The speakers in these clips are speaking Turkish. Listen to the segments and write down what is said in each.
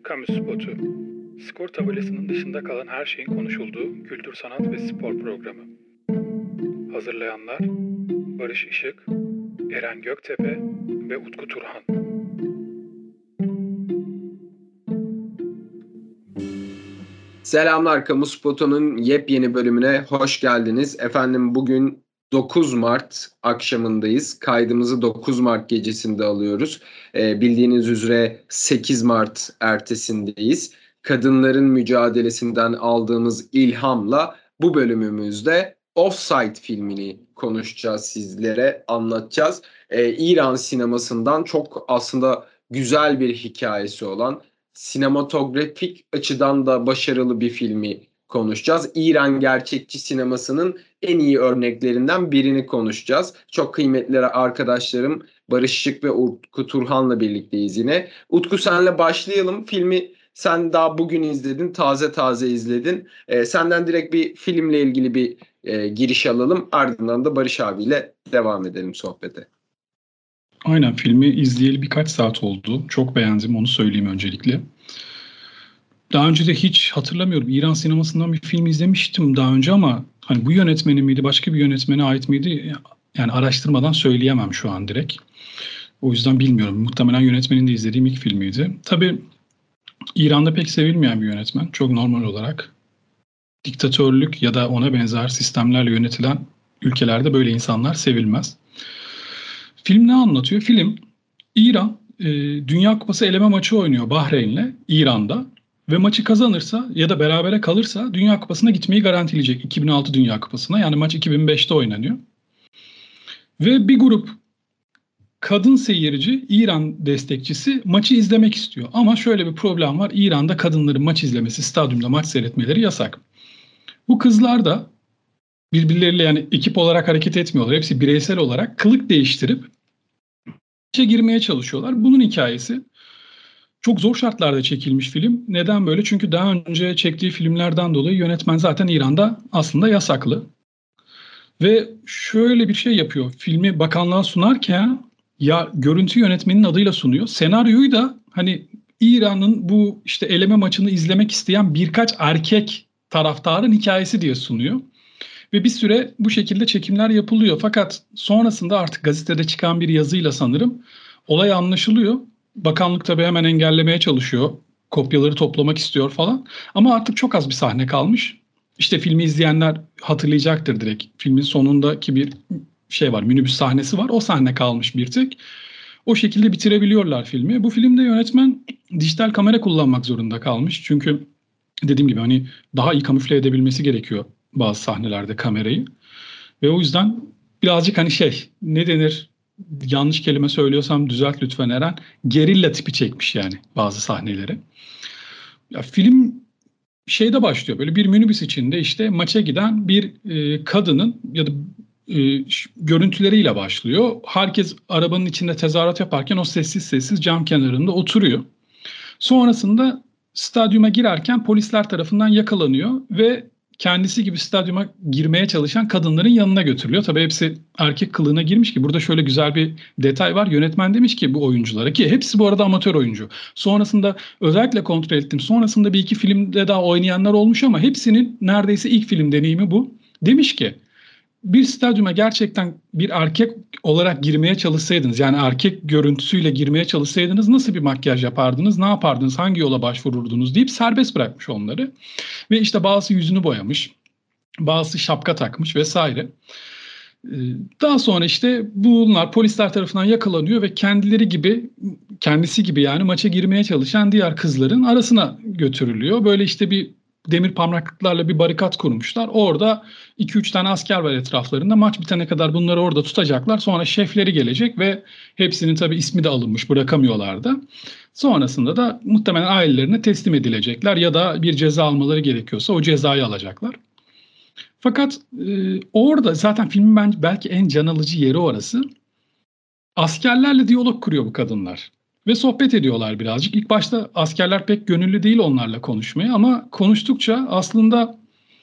Kamu spotu. Skor tabelasının dışında kalan her şeyin konuşulduğu kültür, sanat ve spor programı. Hazırlayanlar Barış Işık, Eren Göktepe ve Utku Turhan. Selamlar, Kamu Spotu'nun yepyeni bölümüne hoş geldiniz. Efendim bugün 9 Mart akşamındayız. Kaydımızı 9 Mart gecesinde alıyoruz. Bildiğiniz üzere 8 Mart ertesindeyiz. Kadınların mücadelesinden aldığımız ilhamla bu bölümümüzde Offside filmini konuşacağız, sizlere anlatacağız. İran sinemasından çok aslında güzel bir hikayesi olan, sinematografik açıdan da başarılı bir filmi konuşacağız. İran gerçekçi sinemasının en iyi örneklerinden birini konuşacağız. Çok kıymetli arkadaşlarım Barış Işık ve Utku Turhan'la birlikteyiz yine. Utku, senle başlayalım. Filmi sen daha bugün izledin, taze izledin. Senden direkt bir filmle ilgili bir giriş alalım. Ardından da Barış abiyle devam edelim sohbete. Aynen, filmi izleyeli birkaç saat oldu. Çok beğendim, onu söyleyeyim öncelikle. Daha önce de hiç hatırlamıyorum. İran sinemasından bir film izlemiştim daha önce ama hani bu yönetmenin miydi, başka bir yönetmene ait miydi? Yani araştırmadan söyleyemem şu an direkt. O yüzden bilmiyorum. Muhtemelen yönetmenin de izlediğim ilk filmiydi. Tabii İran'da pek sevilmeyen bir yönetmen. Çok normal olarak. Diktatörlük ya da ona benzer sistemlerle yönetilen ülkelerde böyle insanlar sevilmez. Film ne anlatıyor? Film, İran Dünya Kupası eleme maçı oynuyor Bahreyn'le İran'da ve maçı kazanırsa ya da berabere kalırsa Dünya Kupası'na gitmeyi garantileyecek, 2006 Dünya Kupası'na. Yani maç 2005'te oynanıyor. Ve bir grup kadın seyirci, İran destekçisi maçı izlemek istiyor. Ama şöyle bir problem var. İran'da kadınların maç izlemesi, stadyumda maç seyretmeleri yasak. Bu kızlar da birbirleriyle, yani ekip olarak hareket etmiyorlar. Hepsi bireysel olarak kılık değiştirip maça girmeye çalışıyorlar. Bunun hikayesi. Çok zor şartlarda çekilmiş film. Neden böyle? Çünkü daha önce çektiği filmlerden dolayı yönetmen zaten İran'da aslında yasaklı. Ve şöyle bir şey yapıyor. Filmi bakanlığa sunarken ya görüntü yönetmenin adıyla sunuyor. Senaryoyu da hani İran'ın bu işte eleme maçını izlemek isteyen birkaç erkek taraftarın hikayesi diye sunuyor. Ve bir süre bu şekilde çekimler yapılıyor. Fakat sonrasında artık gazetede çıkan bir yazıyla sanırım olay anlaşılıyor. Bakanlık tabii hemen engellemeye çalışıyor. Kopyaları toplamak istiyor falan. Ama artık çok az bir sahne kalmış. İşte filmi izleyenler hatırlayacaktır direkt. Filmin sonundaki bir şey var, minibüs sahnesi var. O sahne kalmış bir tek. O şekilde bitirebiliyorlar filmi. Bu filmde yönetmen dijital kamera kullanmak zorunda kalmış. Çünkü dediğim gibi hani daha iyi kamufle edebilmesi gerekiyor bazı sahnelerde kamerayı. Ve o yüzden birazcık hani ne denir, yanlış kelime söylüyorsam düzelt lütfen Eren, gerilla tipi çekmiş yani bazı sahneleri. Ya film şeyde başlıyor, böyle bir minibüs içinde işte maça giden bir kadının ya da görüntüleriyle başlıyor. Herkes arabanın içinde tezahürat yaparken o sessiz cam kenarında oturuyor. Sonrasında stadyuma girerken polisler tarafından yakalanıyor ve kendisi gibi stadyuma girmeye çalışan kadınların yanına götürülüyor. Tabii hepsi erkek kılığına girmiş ki burada şöyle güzel bir detay var. Yönetmen demiş ki bu oyunculara, ki hepsi bu arada amatör oyuncu. Sonrasında özellikle kontrol ettim. Sonrasında bir iki filmde daha oynayanlar olmuş ama hepsinin neredeyse ilk film deneyimi bu. Demiş ki bir stadyuma gerçekten bir erkek olarak girmeye çalışsaydınız, yani erkek görüntüsüyle girmeye çalışsaydınız nasıl bir makyaj yapardınız, ne yapardınız, hangi yola başvururdunuz deyip serbest bırakmış onları. Ve işte bazısı yüzünü boyamış, bazısı şapka takmış vesaire. Daha sonra işte bunlar polisler tarafından yakalanıyor ve kendisi gibi yani maça girmeye çalışan diğer kızların arasına götürülüyor. Böyle işte bir demir parmaklıklarla bir barikat kurmuşlar. Orada 2-3 tane asker var etraflarında. Maç bitene kadar bunları orada tutacaklar. Sonra şefleri gelecek ve hepsinin tabii ismi de alınmış, bırakamıyorlar da. Sonrasında da muhtemelen ailelerine teslim edilecekler ya da bir ceza almaları gerekiyorsa o cezayı alacaklar. Fakat orada zaten filmin bence belki en can alıcı yeri orası. Askerlerle diyalog kuruyor bu kadınlar. Ve sohbet ediyorlar birazcık. İlk başta askerler pek gönüllü değil onlarla konuşmaya ama konuştukça aslında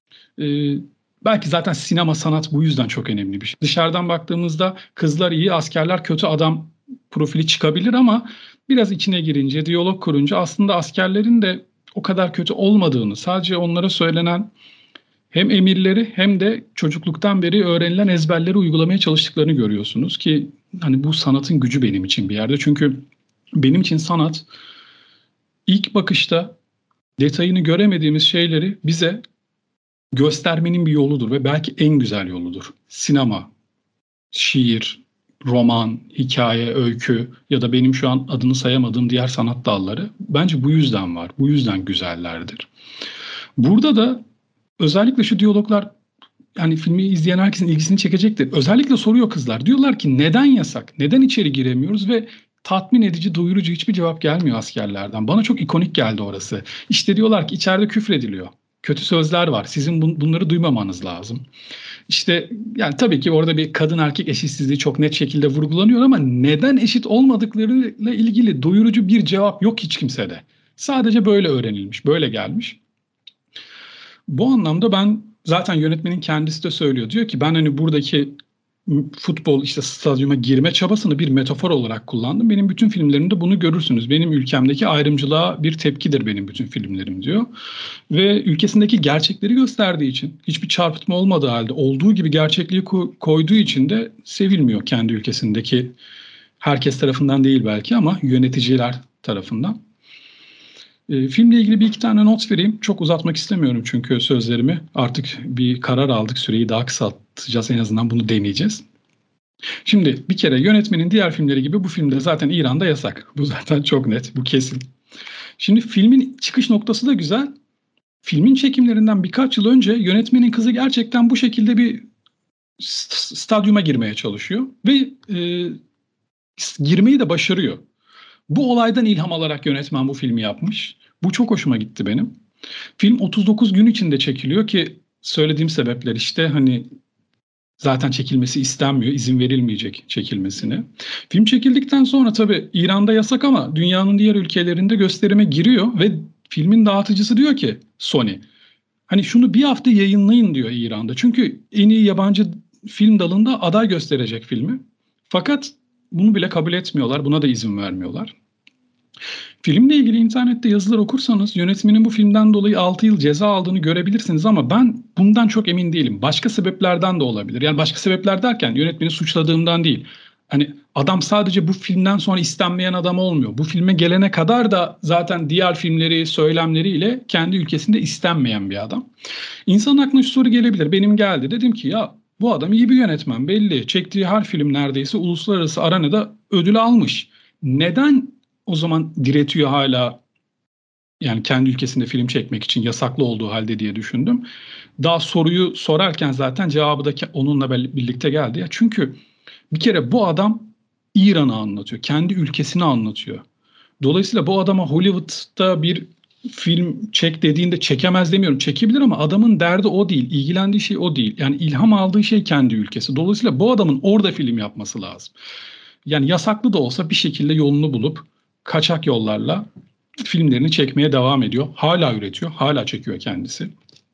belki zaten sinema, sanat bu yüzden çok önemli bir şey. Dışarıdan baktığımızda kızlar iyi, askerler kötü adam profili çıkabilir ama biraz içine girince, diyalog kurunca aslında askerlerin de o kadar kötü olmadığını, sadece onlara söylenen hem emirleri hem de çocukluktan beri öğrenilen ezberleri uygulamaya çalıştıklarını görüyorsunuz ki hani bu sanatın gücü benim için bir yerde. Çünkü benim için sanat ilk bakışta detayını göremediğimiz şeyleri bize göstermenin bir yoludur ve belki en güzel yoludur. Sinema, şiir, roman, hikaye, öykü ya da benim şu an adını sayamadığım diğer sanat dalları bence bu yüzden var. Bu yüzden güzellerdir. Burada da özellikle şu diyaloglar yani filmi izleyen herkesin ilgisini çekecektir. Özellikle soruyor kızlar. Diyorlar ki neden yasak? Neden içeri giremiyoruz? Ve tatmin edici, doyurucu hiçbir cevap gelmiyor askerlerden. Bana çok ikonik geldi orası. İşte diyorlar ki içeride küfrediliyor. Kötü sözler var. Sizin bunları duymamanız lazım. İşte yani tabii ki orada bir kadın erkek eşitsizliği çok net şekilde vurgulanıyor ama neden eşit olmadıklarıyla ilgili doyurucu bir cevap yok hiç kimsede. Sadece böyle öğrenilmiş, böyle gelmiş. Bu anlamda ben zaten yönetmenin kendisi de söylüyor. Diyor ki ben hani buradaki futbol işte stadyuma girme çabasını bir metafor olarak kullandım. Benim bütün filmlerimde bunu görürsünüz. Benim ülkemdeki ayrımcılığa bir tepkidir benim bütün filmlerim diyor. Ve ülkesindeki gerçekleri gösterdiği için hiçbir çarpıtma olmadığı halde olduğu gibi gerçekliği koyduğu için de sevilmiyor kendi ülkesindeki herkes tarafından değil belki ama yöneticiler tarafından. Filmle ilgili bir iki tane not vereyim. Çok uzatmak istemiyorum çünkü sözlerimi. Artık bir karar aldık. Süreyi daha kısaltacağız. En azından bunu deneyeceğiz. Şimdi bir kere yönetmenin diğer filmleri gibi bu filmde zaten İran'da yasak. Bu zaten çok net. Bu kesin. Şimdi filmin çıkış noktası da güzel. Filmin çekimlerinden birkaç yıl önce yönetmenin kızı gerçekten bu şekilde bir stadyuma girmeye çalışıyor. Ve girmeyi de başarıyor. Bu olaydan ilham alarak yönetmen bu filmi yapmış. Bu çok hoşuma gitti benim. Film 39 gün içinde çekiliyor ki söylediğim sebepler işte hani zaten çekilmesi istenmiyor, izin verilmeyecek çekilmesine. Film çekildikten sonra tabii İran'da yasak ama dünyanın diğer ülkelerinde gösterime giriyor ve filmin dağıtıcısı diyor ki Sony hani şunu bir hafta yayınlayın diyor İran'da. Çünkü en iyi yabancı film dalında aday gösterecek filmi. Fakat bunu bile kabul etmiyorlar, buna da izin vermiyorlar. Filmle ilgili internette yazılar okursanız yönetmenin bu filmden dolayı 6 yıl ceza aldığını görebilirsiniz ama ben bundan çok emin değilim. Başka sebeplerden de olabilir. Yani başka sebepler derken yönetmeni suçladığımdan değil. Hani adam sadece bu filmden sonra istenmeyen adam olmuyor. Bu filme gelene kadar da zaten diğer filmleri, söylemleriyle kendi ülkesinde istenmeyen bir adam. İnsanın aklına şu soru gelebilir. Benim geldi. Dedim ki ya bu adam iyi bir yönetmen belli. Çektiği her film neredeyse uluslararası arenada ödül almış. Neden o zaman diretiyor hala yani kendi ülkesinde film çekmek için yasaklı olduğu halde diye düşündüm. Daha soruyu sorarken zaten cevabı da onunla birlikte geldi. Ya çünkü bir kere bu adam İran'ı anlatıyor. Kendi ülkesini anlatıyor. Dolayısıyla bu adama Hollywood'da bir film çek dediğinde çekemez demiyorum. Çekebilir ama adamın derdi o değil. İlgilendiği şey o değil. Yani ilham aldığı şey kendi ülkesi. Dolayısıyla bu adamın orada film yapması lazım. Yani yasaklı da olsa bir şekilde yolunu bulup kaçak yollarla filmlerini çekmeye devam ediyor. Hala üretiyor, hala çekiyor kendisi.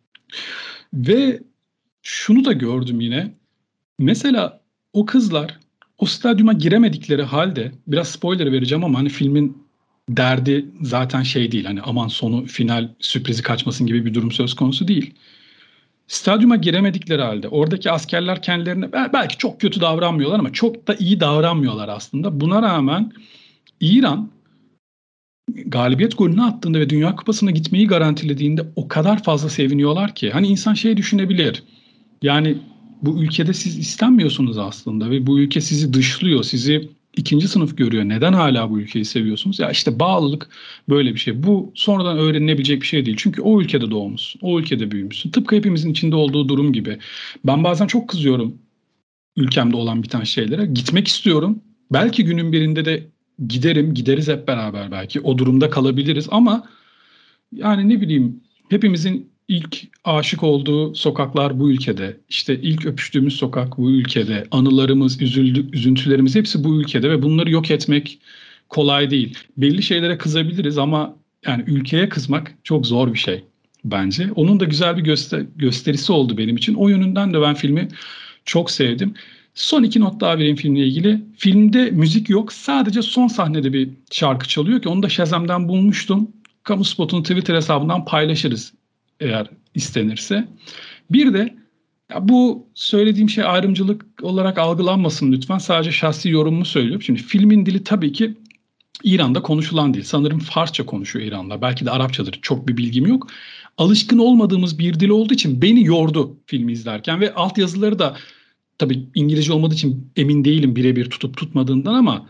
Ve şunu da gördüm yine. Mesela o kızlar o stadyuma giremedikleri halde biraz spoiler vereceğim ama hani filmin derdi zaten şey değil. Hani aman sonu final sürprizi kaçmasın gibi bir durum söz konusu değil. Stadyuma giremedikleri halde oradaki askerler kendilerine belki çok kötü davranmıyorlar ama çok da iyi davranmıyorlar aslında. Buna rağmen İran galibiyet golünü attığında ve Dünya Kupası'na gitmeyi garantilediğinde o kadar fazla seviniyorlar ki. Hani insan şey düşünebilir. Yani bu ülkede siz istenmiyorsunuz aslında ve bu ülke sizi dışlıyor, sizi ikinci sınıf görüyor. Neden hala bu ülkeyi seviyorsunuz? Ya işte bağlılık böyle bir şey. Bu sonradan öğrenilebilecek bir şey değil. Çünkü o ülkede doğmuşsun, o ülkede büyümüşsün. Tıpkı hepimizin içinde olduğu durum gibi. Ben bazen çok kızıyorum ülkemde olan biten şeylere. Gitmek istiyorum. Belki günün birinde de gideriz hep beraber belki. O durumda kalabiliriz ama yani ne bileyim hepimizin ilk aşık olduğu sokaklar bu ülkede. İşte ilk öpüştüğümüz sokak bu ülkede. Anılarımız, üzüntülerimiz hepsi bu ülkede ve bunları yok etmek kolay değil. Belli şeylere kızabiliriz ama yani ülkeye kızmak çok zor bir şey bence. Onun da güzel bir gösterisi oldu benim için. O yönünden de ben filmi çok sevdim. Son 2 not daha vereyim filmle ilgili. Filmde müzik yok. Sadece son sahnede bir şarkı çalıyor ki onu da Shazam'den bulmuştum. Kamu spotunu Twitter hesabından paylaşırız eğer istenirse. Bir de ya bu söylediğim şey ayrımcılık olarak algılanmasın lütfen. Sadece şahsi yorumumu söylüyorum. Şimdi filmin dili tabii ki İran'da konuşulan dil. Sanırım Farsça konuşuyor İran'da. Belki de Arapçadır. Çok bir bilgim yok. Alışkın olmadığımız bir dil olduğu için beni yordu filmi izlerken ve altyazıları da tabii İngilizce olmadığı için emin değilim birebir tutup tutmadığından ama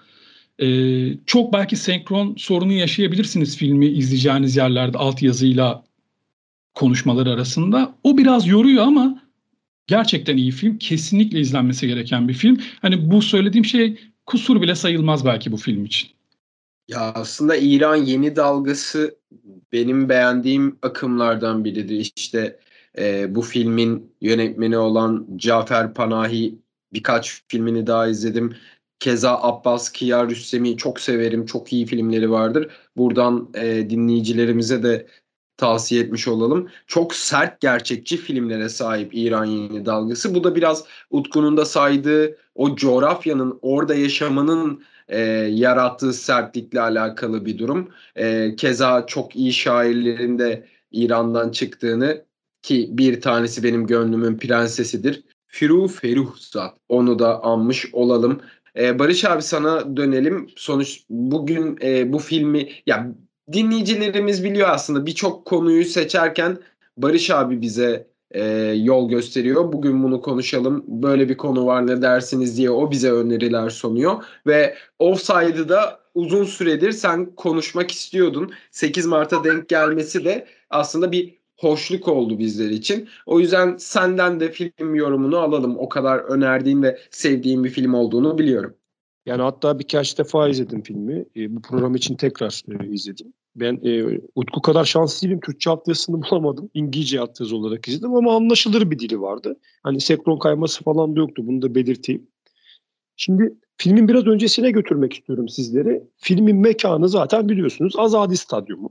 çok belki senkron sorunu yaşayabilirsiniz filmi izleyeceğiniz yerlerde altyazıyla konuşmalar arasında. O biraz yoruyor ama gerçekten iyi film. Kesinlikle izlenmesi gereken bir film. Hani bu söylediğim şey kusur bile sayılmaz belki bu film için. Ya aslında İran yeni dalgası benim beğendiğim akımlardan biridir. İşte bu filmin yönetmeni olan Cafer Panahi birkaç filmini daha izledim. Keza Abbas Kiarostami'yi çok severim. Çok iyi filmleri vardır. Buradan dinleyicilerimize de tavsiye etmiş olalım. Çok sert gerçekçi filmlere sahip İran yeni dalgası. Bu da biraz Utku'nun da saydığı o coğrafyanın, orada yaşamanın yarattığı sertlikle alakalı bir durum. Keza çok iyi şairlerin de İran'dan çıktığını, ki bir tanesi benim gönlümün prensesidir, Firuh Ferruhzad. Onu da anmış olalım. Barış abi, sana dönelim. Bugün bu filmi ya dinleyicilerimiz biliyor aslında, birçok konuyu seçerken Barış abi bize yol gösteriyor. Bugün bunu konuşalım, böyle bir konu var, ne dersiniz diye o bize öneriler sunuyor. Ve Offside'ı da uzun süredir sen konuşmak istiyordun. 8 Mart'a denk gelmesi de aslında bir hoşluk oldu bizler için. O yüzden senden de film yorumunu alalım. O kadar önerdiğin ve sevdiğin bir film olduğunu biliyorum. Yani hatta birkaç defa izledim filmi. Bu program için tekrar izledim. Ben Utku kadar şanslı değilim. Türkçe altyazısını bulamadım. İngilizce altyazı olarak izledim ama anlaşılır bir dili vardı. Hani senkron kayması falan da yoktu. Bunu da belirteyim. Şimdi filmin biraz öncesine götürmek istiyorum sizleri. Filmin mekanı zaten biliyorsunuz Azadi Stadyumu.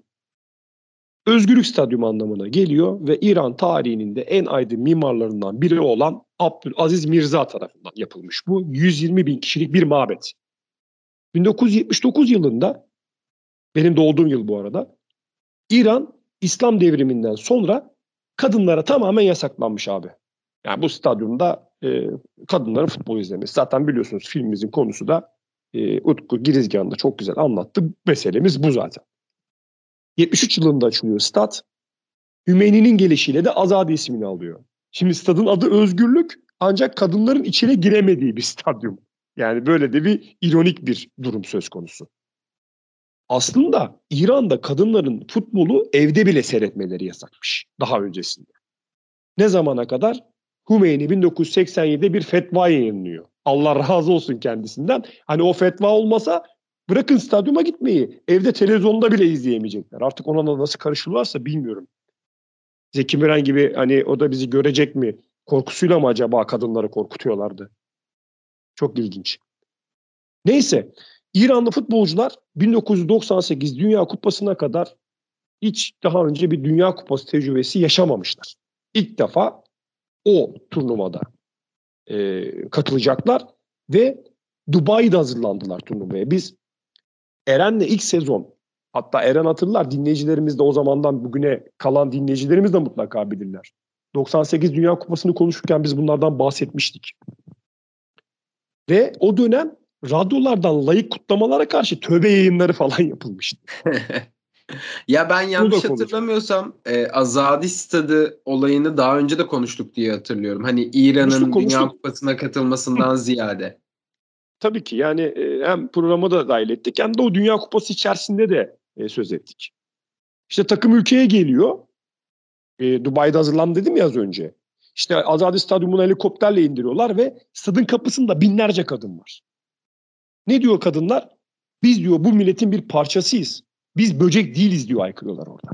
Özgürlük Stadyumu anlamına geliyor ve İran tarihinin de en aydın mimarlarından biri olan Abdülaziz Mirza tarafından yapılmış. Bu 120 bin kişilik bir mabet. 1979 yılında, benim doğduğum yıl bu arada, İran İslam devriminden sonra kadınlara tamamen yasaklanmış abi. Yani bu stadyumda kadınların futbol izlemesi. Zaten biliyorsunuz filmimizin konusu da Utku girizgahında çok güzel anlattı. Meselemiz bu zaten. 73 yılında açılıyor stat. Hümeyni'nin gelişiyle de Azadi ismini alıyor. Şimdi stadın adı Özgürlük, ancak kadınların içine giremediği bir stadyum. Yani böyle de bir ironik bir durum söz konusu. Aslında İran'da kadınların futbolu evde bile seyretmeleri yasakmış daha öncesinde. Ne zamana kadar? Hümeyni 1987'de bir fetva yayınlıyor. Allah razı olsun kendisinden. Hani o fetva olmasa bırakın stadyuma gitmeyi, evde televizyonda bile izleyemeyecekler. Artık ona da nasıl karışırlarsa bilmiyorum. Zeki Müren gibi hani o da bizi görecek mi korkusuyla mı acaba kadınları korkutuyorlardı? Çok ilginç. Neyse, İranlı futbolcular 1998 Dünya Kupası'na kadar hiç daha önce bir Dünya Kupası tecrübesi yaşamamışlar. İlk defa o turnuvada katılacaklar ve Dubai'de hazırlandılar turnuvaya. Biz Eren'le ilk sezon, hatta Eren hatırlar, dinleyicilerimiz de o zamandan bugüne kalan dinleyicilerimiz de mutlaka bilirler. 98 Dünya Kupası'nı konuşurken biz bunlardan bahsetmiştik. Ve o dönem radyolardan layık kutlamalara karşı tövbe yayınları falan yapılmıştı. Ya ben yanlış hatırlamıyorsam Azadi Stadı olayını daha önce de konuştuk diye hatırlıyorum. Hani İran'ın Dünya Kupası'na katılmasından ziyade. Tabii ki yani hem programa da dahil ettik hem de o Dünya Kupası içerisinde de söz ettik. İşte takım ülkeye geliyor. Dubai'de hazırlandı dedim ya az önce. İşte Azadi Stadyumu'na helikopterle indiriyorlar ve stadın kapısında binlerce kadın var. Ne diyor kadınlar? Biz diyor bu milletin bir parçasıyız. Biz böcek değiliz diyor, haykırıyorlar orada.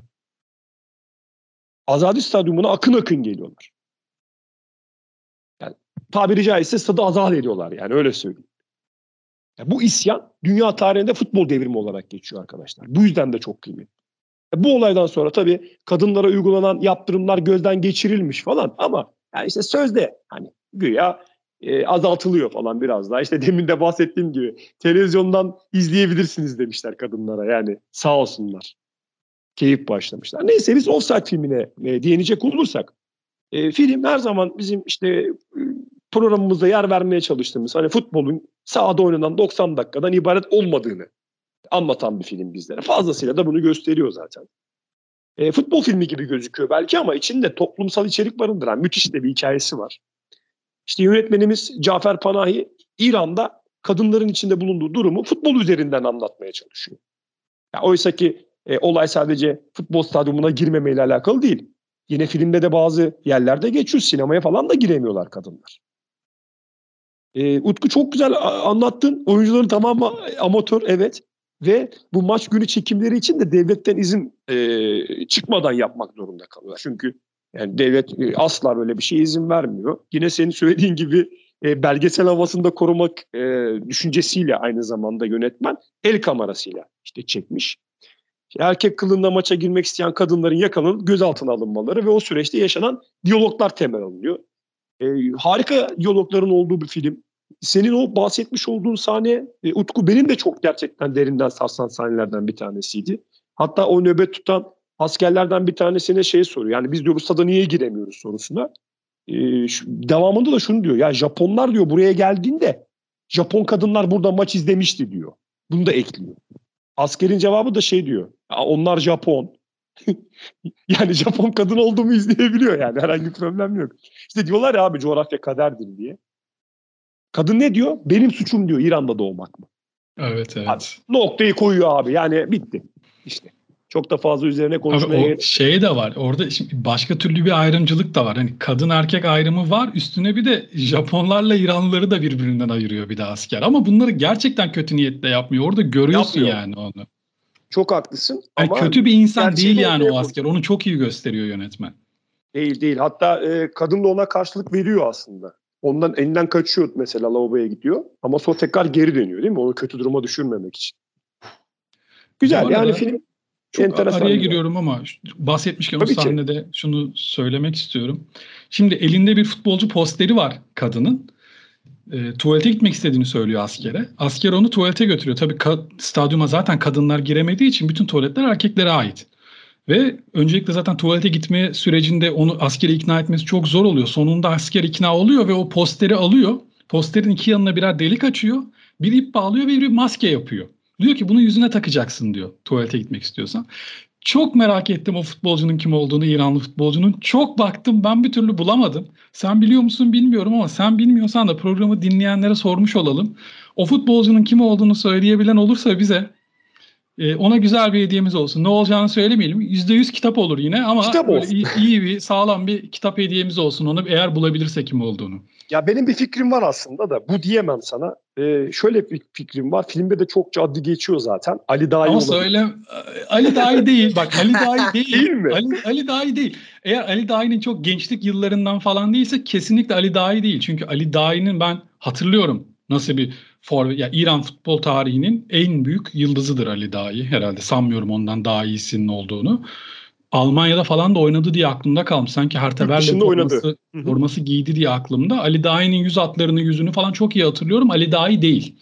Azadi Stadyumu'na akın akın geliyorlar. Yani tabiri caizse stadı azat ediyorlar, yani öyle söyleyeyim. Yani bu isyan dünya tarihinde futbol devrimi olarak geçiyor arkadaşlar. Bu yüzden de çok kıymetli. Bu olaydan sonra tabii kadınlara uygulanan yaptırımlar gözden geçirilmiş falan ama yani işte sözde hani güya azaltılıyor falan biraz daha. İşte demin de bahsettiğim gibi televizyondan izleyebilirsiniz demişler kadınlara. Yani sağ olsunlar. Keyif başlamışlar. Neyse biz Offside filmine değinecek olursak film her zaman bizim işte programımızda yer vermeye çalıştığımız hani futbolun sahada oynanan 90 dakikadan ibaret olmadığını anlatan bir film bizlere. Fazlasıyla da bunu gösteriyor zaten. Futbol filmi gibi gözüküyor belki ama içinde toplumsal içerik barındıran müthiş de bir hikayesi var. İşte yönetmenimiz Cafer Panahi İran'da kadınların içinde bulunduğu durumu futbol üzerinden anlatmaya çalışıyor. Ya oysa ki olay sadece futbol stadyumuna girmemeyle alakalı değil. Yine filmde de bazı yerlerde geçiyor. Sinemaya falan da giremiyorlar kadınlar. Utku çok güzel anlattın. Oyuncuların tamamı amatör, evet. Ve bu maç günü çekimleri için de devletten izin çıkmadan yapmak zorunda kalıyorlar. Çünkü yani devlet asla böyle bir şeye izin vermiyor. Yine senin söylediğin gibi belgesel havasında korumak düşüncesiyle aynı zamanda yönetmen el kamerasıyla işte çekmiş. Erkek kılığında maça girmek isteyen kadınların yakalanıp gözaltına alınmaları ve o süreçte yaşanan diyaloglar temel alınıyor. Harika diyalogların olduğu bir film. Senin o bahsetmiş olduğun sahne Utku benim de çok gerçekten derinden sarsan sahnelerden bir tanesiydi. Hatta o nöbet tutan askerlerden bir tanesine şey soruyor. Yani biz diyor bu stada niye giremiyoruz sorusuna. Devamında da şunu diyor. Ya Japonlar diyor buraya geldiğinde Japon kadınlar burada maç izlemişti diyor. Bunu da ekliyor. Askerin cevabı da şey diyor. Ya onlar Japon. Yani Japon kadın olduğumu izleyebiliyor yani. Herhangi bir problem yok. İşte diyorlar ya abi coğrafya kaderdir diye. Kadın ne diyor? Benim suçum diyor İran'da doğmak mı? Evet, Abi, evet. noktayı koyuyor abi. Yani bitti. İşte. Çok da fazla üzerine Abi konuşmaya o gerek. şey de var. Orada şimdi başka türlü bir ayrımcılık da var. Hani kadın erkek ayrımı var. Üstüne bir de Japonlarla İranlıları da birbirinden ayırıyor bir de asker. Ama bunları gerçekten kötü niyetle yapmıyor. Orada görüyorsun Yapmıyor. yani onu. Çok haklısın Yani ama kötü bir insan değil gerçeğini yani ortaya o koyuyor. asker. Onu çok iyi gösteriyor yönetmen. Değil değil. Hatta kadın da ona karşılık veriyor aslında. Ondan elinden kaçıyor mesela lavaboya gidiyor. Ama sonra tekrar geri dönüyor değil mi? Onu kötü duruma düşürmemek için. Bu Güzel yani arada film çok araya enteresan güzel. giriyorum ama bahsetmişken o Tabii ki. sahnede şunu söylemek istiyorum. Şimdi elinde bir futbolcu posteri var kadının. Tuvalete gitmek istediğini söylüyor askere. Asker onu tuvalete götürüyor. Tabii stadyuma zaten kadınlar giremediği için bütün tuvaletler erkeklere ait. Ve öncelikle zaten tuvalete gitme sürecinde onu askeri ikna etmesi çok zor oluyor. Sonunda asker ikna oluyor ve o posteri alıyor. Posterin iki yanına birer delik açıyor. Bir ip bağlıyor ve bir maske yapıyor. Diyor ki bunu yüzüne takacaksın diyor tuvalete gitmek istiyorsan. Çok merak ettim o futbolcunun kim olduğunu, İranlı futbolcunun. Çok baktım ben bir türlü bulamadım. Sen biliyor musun bilmiyorum ama sen bilmiyorsan da programı dinleyenlere sormuş olalım. O futbolcunun kim olduğunu söyleyebilen olursa bize ona güzel bir hediyemiz olsun. Ne olacağını söylemeyelim. %100 kitap olur yine ama Kitap böyle olsun. iyi bir sağlam bir kitap hediyemiz olsun. Onu eğer bulabilirse kim olduğunu. Ya benim bir fikrim var aslında da bu diyemem sana. Şöyle bir fikrim var. Filmde de çokça adı geçiyor zaten. Ali Dahi Ama olabilir. söyle Ali Dahi değil. Bak Ali Dahi değil. Değil mi? Ali Dahi değil. Eğer Ali Dahi'nin çok gençlik yıllarından falan değilse kesinlikle Ali Dahi değil. Çünkü Ali Dahi'nin ben hatırlıyorum nasıl bir forvet. Ya İran futbol tarihinin en büyük yıldızıdır Ali Dahi. Herhalde sanmıyorum ondan daha iyisinin olduğunu. Almanya'da falan da oynadı diye aklımda kalmış. Sanki Hertha Yurt Berlin dışında oynadı. forması giydi diye aklımda. Ali Dahi'nin yüz hatlarını, yüzünü falan çok iyi hatırlıyorum. Ali Dahi değil.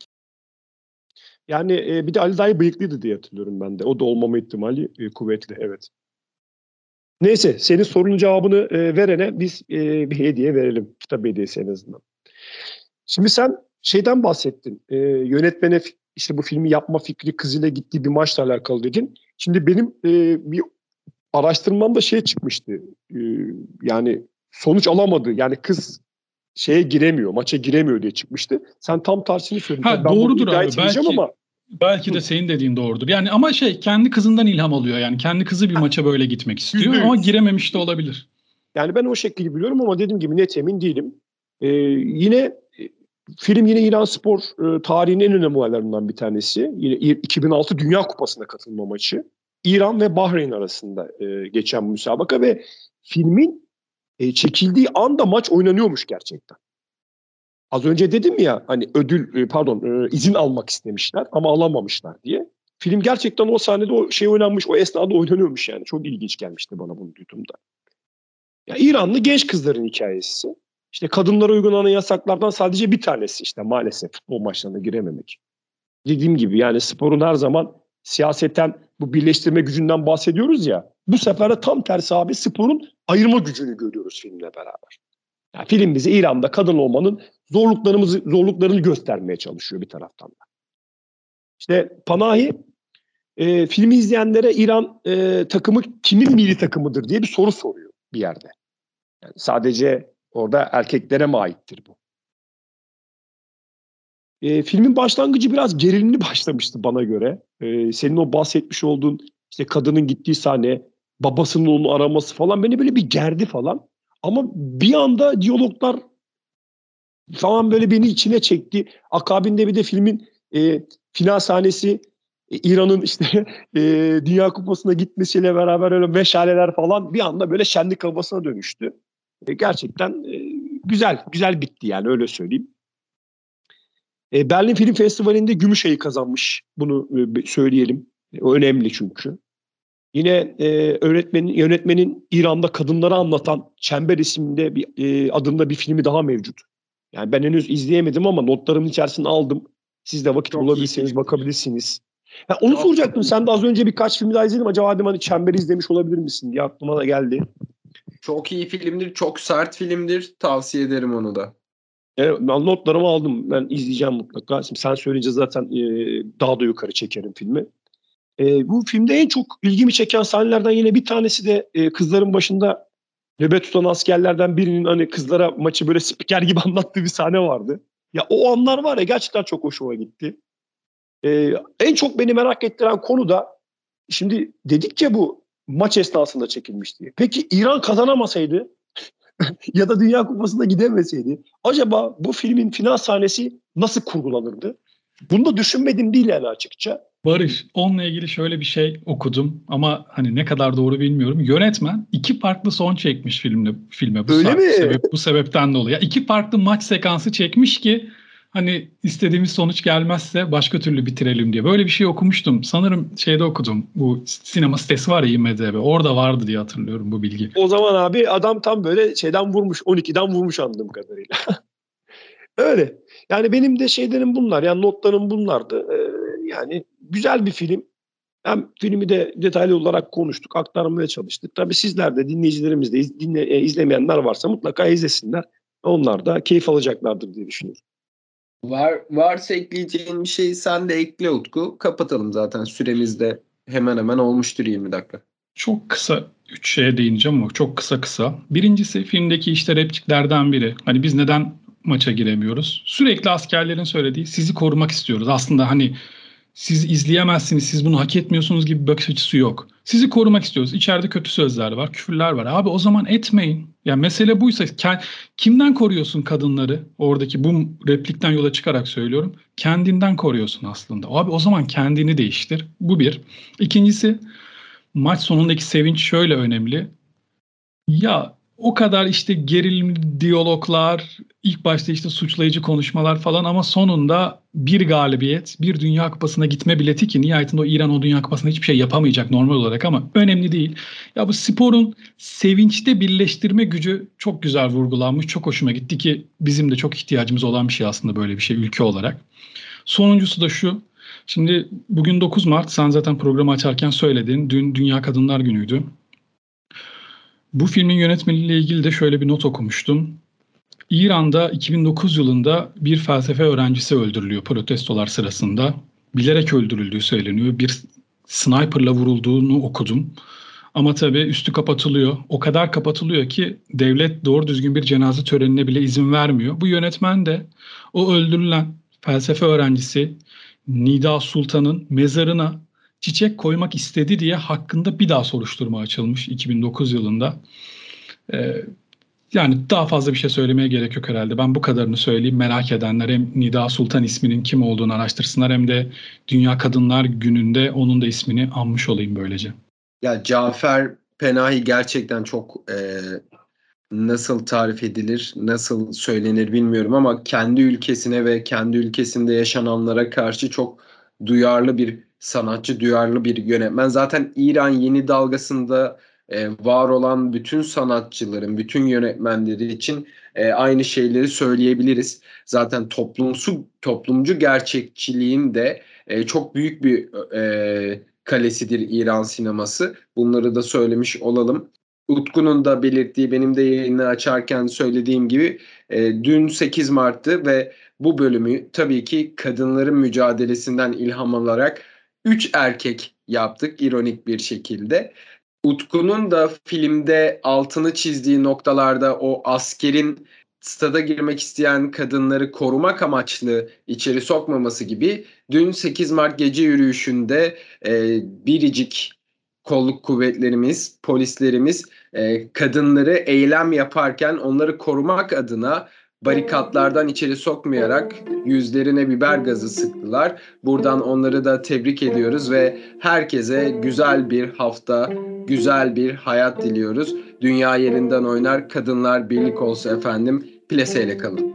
Yani bir de Ali Dahi bıyıklıydı diye hatırlıyorum ben de. O da olmama ihtimali kuvvetli, evet. Neyse senin sorunun cevabını verene biz bir hediye verelim. Kitap hediyesi en azından. Şimdi sen şeyden bahsettin. Yönetmene işte bu filmi yapma fikri kızıyla gittiği bir maçla alakalı dedin. Şimdi benim bir araştırmamda şey çıkmıştı. Yani sonuç alamadı. Yani kız şeye giremiyor, maça giremiyor diye çıkmıştı. Sen tam tersini söyledin. Tabii Ha ben bunu doğrudur iddia abi. etmeyeceğim ama Belki de senin dediğin doğrudur. Yani ama kendi kızından ilham alıyor. Yani kendi kızı bir maça böyle gitmek istiyor ama %100. girememiş de olabilir. Yani ben o şekilde biliyorum ama dediğim gibi net emin değilim. Yine film yine İran spor tarihinin en önemli olaylarından bir tanesi. Yine 2006 Dünya Kupası'na katılma maçı. İran ve Bahreyn arasında geçen bu müsabaka ve filmin çekildiği anda maç oynanıyormuş gerçekten. Az önce dedim ya hani izin almak istemişler ama alamamışlar diye. Film gerçekten o sahnede o şey oynanmış, o esnada oynanıyormuş yani. Çok ilginç gelmişti bana bunu duyduğumda. Ya İranlı genç kızların hikayesi. İşte kadınlara uygulanan yasaklardan sadece bir tanesi işte maalesef futbol maçlarına girememek. Dediğim gibi yani sporun her zaman siyaseten bu birleştirme gücünden bahsediyoruz ya. Bu sefer de tam tersi abi sporun ayırma gücünü görüyoruz filmle beraber. Yani film bize İran'da kadın olmanın zorluklarını göstermeye çalışıyor bir taraftan da. İşte Panahi filmi izleyenlere İran takımı kimin milli takımıdır diye bir soru soruyor bir yerde. Yani sadece orada erkeklere mi aittir bu? Filmin başlangıcı biraz gerilimli başlamıştı bana göre. Senin o bahsetmiş olduğun işte kadının gittiği sahne, babasının onu araması falan beni böyle bir gerdi falan. Ama bir anda diyaloglar falan böyle beni içine çekti. Akabinde bir de filmin final sahnesi İran'ın işte Dünya Kupası'na gitmesiyle beraber öyle meşaleler falan bir anda böyle şenlik havasına dönüştü. Gerçekten güzel bitti yani öyle söyleyeyim. Berlin Film Festivali'nde Gümüşay'ı kazanmış. Bunu söyleyelim. O önemli çünkü. Yine yönetmenin İran'da kadınları anlatan Çember isimli adında bir filmi daha mevcut. Yani ben henüz izleyemedim ama notlarımın içerisine aldım. Siz de vakit Çok bulabilirseniz bakabilirsiniz. Onu soracaktım. Sen de az önce birkaç film daha izledin. Acaba dedim hani Çember'i izlemiş olabilir misin diye aklıma da geldi. Çok iyi filmdir. Çok sert filmdir. Tavsiye ederim onu da. Evet, ben notlarımı aldım. Ben izleyeceğim mutlaka. Şimdi sen söyleyince zaten daha da yukarı çekerim filmi. Bu filmde en çok ilgimi çeken sahnelerden yine bir tanesi de kızların başında nöbet tutan askerlerden birinin hani kızlara maçı böyle spiker gibi anlattığı bir sahne vardı. Ya o anlar var ya gerçekten çok hoşuma gitti. En çok beni merak ettiren konu da şimdi dedik ya bu maç esnasında çekilmiş diye. Peki İran kazanamasaydı ya da Dünya Kupası'na gidemeseydi acaba bu filmin final sahnesi nasıl kurgulanırdı? Bunu da düşünmedim değil yani açıkça. Barış, onunla ilgili şöyle bir şey okudum ama hani ne kadar doğru bilmiyorum. Yönetmen iki farklı son çekmiş filme Öyle mi? bu sebepten dolayı. Ya iki farklı maç sekansı çekmiş ki hani istediğimiz sonuç gelmezse başka türlü bitirelim diye. Böyle bir şey okumuştum. Sanırım şeyde okudum. Bu sinema sitesi var ya IMDb. Orada vardı diye hatırlıyorum bu bilgi. O zaman abi adam tam böyle şeyden vurmuş. 12'den vurmuş anladığım kadarıyla. Öyle. Yani benim de şeylerim bunlar. Yani notlarım bunlardı. Yani güzel bir film. Hem filmi de detaylı olarak konuştuk, aktarmaya çalıştık. Tabii sizler de dinleyicilerimiz de izlemeyenler varsa mutlaka izlesinler. Onlar da keyif alacaklardır diye düşünüyorum. Varsa ekleyeceğin bir şey sen de ekle Utku. Kapatalım zaten. Süremiz de hemen hemen olmuştur 20 dakika. Çok kısa 3 şeye değineceğim ama çok kısa. Birincisi filmdeki işte repliklerden biri. Hani biz neden maça giremiyoruz? Sürekli askerlerin söylediği sizi korumak istiyoruz. Aslında hani siz izleyemezsiniz, siz bunu hak etmiyorsunuz gibi bir bakış açısı yok. Sizi korumak istiyoruz. İçeride kötü sözler var, küfürler var. Abi o zaman etmeyin. Yani mesele buysa kimden koruyorsun kadınları? Oradaki bu replikten yola çıkarak söylüyorum. Kendinden koruyorsun aslında. Abi o zaman kendini değiştir. Bu bir. İkincisi maç sonundaki sevinç şöyle önemli. Ya o kadar işte gerilimli diyaloglar, ilk başta işte suçlayıcı konuşmalar falan ama sonunda bir galibiyet, bir Dünya Kupası'na gitme bileti ki nihayetinde o İran o Dünya Kupası'nda hiçbir şey yapamayacak normal olarak ama önemli değil. Ya bu sporun sevinçte birleştirme gücü çok güzel vurgulanmış, çok hoşuma gitti ki bizim de çok ihtiyacımız olan bir şey aslında böyle bir şey ülke olarak. Sonuncusu da şu. Şimdi bugün 9 Mart, sen zaten programı açarken söyledin. Dün Dünya Kadınlar Günü'ydü. Bu filmin yönetmeniyle ilgili de şöyle bir not okumuştum. İran'da 2009 yılında bir felsefe öğrencisi öldürülüyor protestolar sırasında. Bilerek öldürüldüğü söyleniyor. Bir sniperla vurulduğunu okudum. Ama tabii üstü kapatılıyor. O kadar kapatılıyor ki devlet doğru düzgün bir cenaze törenine bile izin vermiyor. Bu yönetmen de o öldürülen felsefe öğrencisi Nida Sultan'ın mezarına çiçek koymak istedi diye hakkında bir daha soruşturma açılmış 2009 yılında. Yani daha fazla bir şey söylemeye gerek yok herhalde. Ben bu kadarını söyleyeyim. Merak edenler hem Nida Sultan isminin kim olduğunu araştırsınlar hem de Dünya Kadınlar Günü'nde onun da ismini anmış olayım böylece. Ya Cafer Penahi gerçekten çok nasıl tarif edilir, nasıl söylenir bilmiyorum ama kendi ülkesine ve kendi ülkesinde yaşananlara karşı çok duyarlı bir sanatçı, duyarlı bir yönetmen. Zaten İran yeni dalgasında var olan bütün sanatçıların, bütün yönetmenleri için aynı şeyleri söyleyebiliriz. Zaten toplumcu gerçekçiliğin de çok büyük bir kalesidir İran sineması. Bunları da söylemiş olalım. Utku'nun da belirttiği, benim de yayını açarken söylediğim gibi dün 8 Mart'tı ve bu bölümü tabii ki kadınların mücadelesinden ilham alarak 3 erkek yaptık ironik bir şekilde. Utku'nun da filmde altını çizdiği noktalarda o askerin stada girmek isteyen kadınları korumak amaçlı içeri sokmaması gibi dün 8 Mart gece yürüyüşünde biricik kolluk kuvvetlerimiz, polislerimiz kadınları eylem yaparken onları korumak adına barikatlardan içeri sokmayarak yüzlerine biber gazı sıktılar. Buradan onları da tebrik ediyoruz ve herkese güzel bir hafta, güzel bir hayat diliyoruz. Dünya yerinden oynar, kadınlar birlik olsa efendim. Plaseyle kalın.